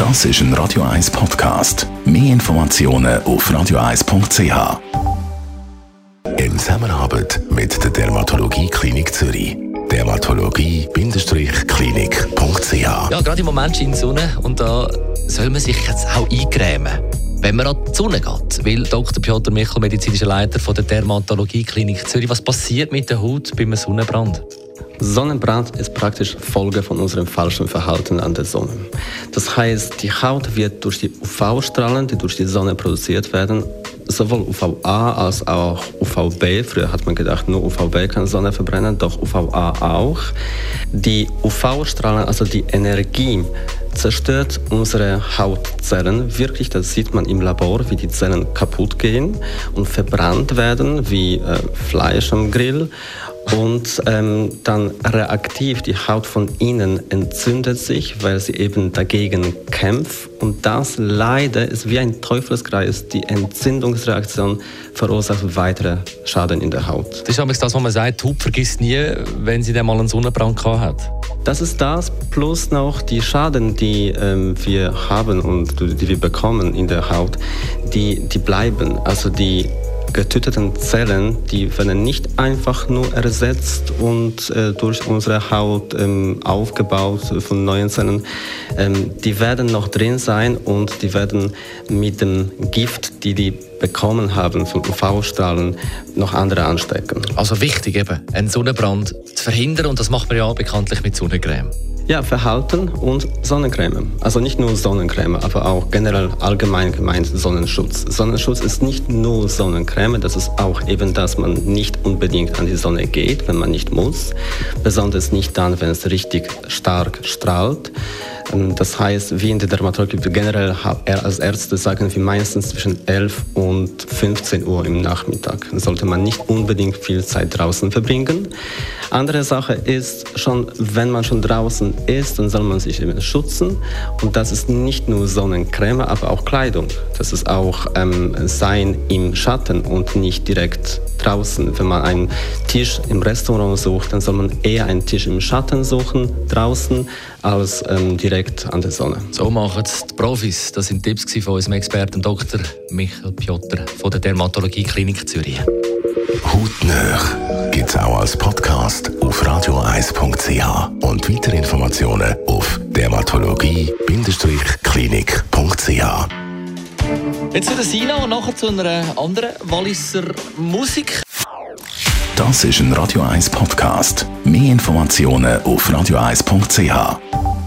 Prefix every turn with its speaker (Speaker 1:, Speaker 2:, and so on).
Speaker 1: Das ist ein Radio 1 Podcast. Mehr Informationen auf radio1.ch. In Zusammenarbeit mit der Dermatologie Klinik Zürich. Dermatologie-klinik.ch.
Speaker 2: Ja, gerade im Moment scheint die Sonne und da soll man sich jetzt auch eincremen, wenn man an die Sonne geht. Weil Dr. Piotr Michel, medizinischer Leiter von der Dermatologie Klinik Zürich, was passiert mit der Haut beim Sonnenbrand?
Speaker 3: Sonnenbrand ist praktisch Folge von unserem falschen Verhalten an der Sonne. Das heißt, die Haut wird durch die UV-Strahlen, die durch die Sonne produziert werden, sowohl UVA als auch UVB. Früher hat man gedacht, nur UVB kann Sonne verbrennen, doch UVA auch. Die UV-Strahlen, also die Energie, zerstört unsere Hautzellen. Wirklich, das sieht man im Labor, wie die Zellen kaputt gehen und verbrannt werden, wie Fleisch am Grill. Und dann reaktiv, die Haut von innen entzündet sich, weil sie eben dagegen kämpft. Und das leider ist wie ein Teufelskreis. Die Entzündungsreaktion verursacht weitere Schaden in der Haut.
Speaker 2: Das ist nämlich das, was man sagt, die Haut vergisst nie, wenn sie dann mal einen Sonnenbrand gehabt hat.
Speaker 3: Das ist das, plus noch die Schaden, die wir haben und die wir bekommen in der Haut, die bleiben. Also die getöteten Zellen, die werden nicht einfach nur ersetzt und durch unsere Haut aufgebaut von neuen Zellen. Die werden noch drin sein und die werden mit dem Gift, die bekommen haben von UV-Strahlen, noch andere anstecken.
Speaker 2: Also wichtig eben, einen Sonnenbrand zu verhindern und das macht man ja bekanntlich mit Sonnencreme.
Speaker 3: Ja, Verhalten und Sonnencreme. Also nicht nur Sonnencreme, aber auch generell allgemein gemeint Sonnenschutz. Sonnenschutz ist nicht nur Sonnencreme, das ist auch eben, dass man nicht unbedingt an die Sonne geht, wenn man nicht muss. Besonders nicht dann, wenn es richtig stark strahlt. Das heißt, wir in der Dermatologie generell als Ärzte sagen wir meistens zwischen 11 und 15 Uhr im Nachmittag. Da sollte man nicht unbedingt viel Zeit draußen verbringen. Andere Sache ist, schon wenn man schon draußen ist, dann soll man sich eben schützen. Und das ist nicht nur Sonnencreme, aber auch Kleidung. Das ist auch sein im Schatten und nicht direkt draußen. Wenn man einen Tisch im Restaurant sucht, dann soll man eher einen Tisch im Schatten suchen, draußen, als direkt an der Sonne.
Speaker 2: So machen es die Profis. Das sind Tipps von unserem Experten Dr. Michel Piotr von der Dermatologie Klinik Zürich.
Speaker 1: Hautnöch gibt es auch als Podcast auf radio1.ch und weitere Informationen auf dermatologie-klinik.ch.
Speaker 2: Jetzt zu der Sina und nachher zu einer anderen Walliser Musik.
Speaker 1: Das ist ein Radio 1 Podcast. Mehr Informationen auf radio1.ch.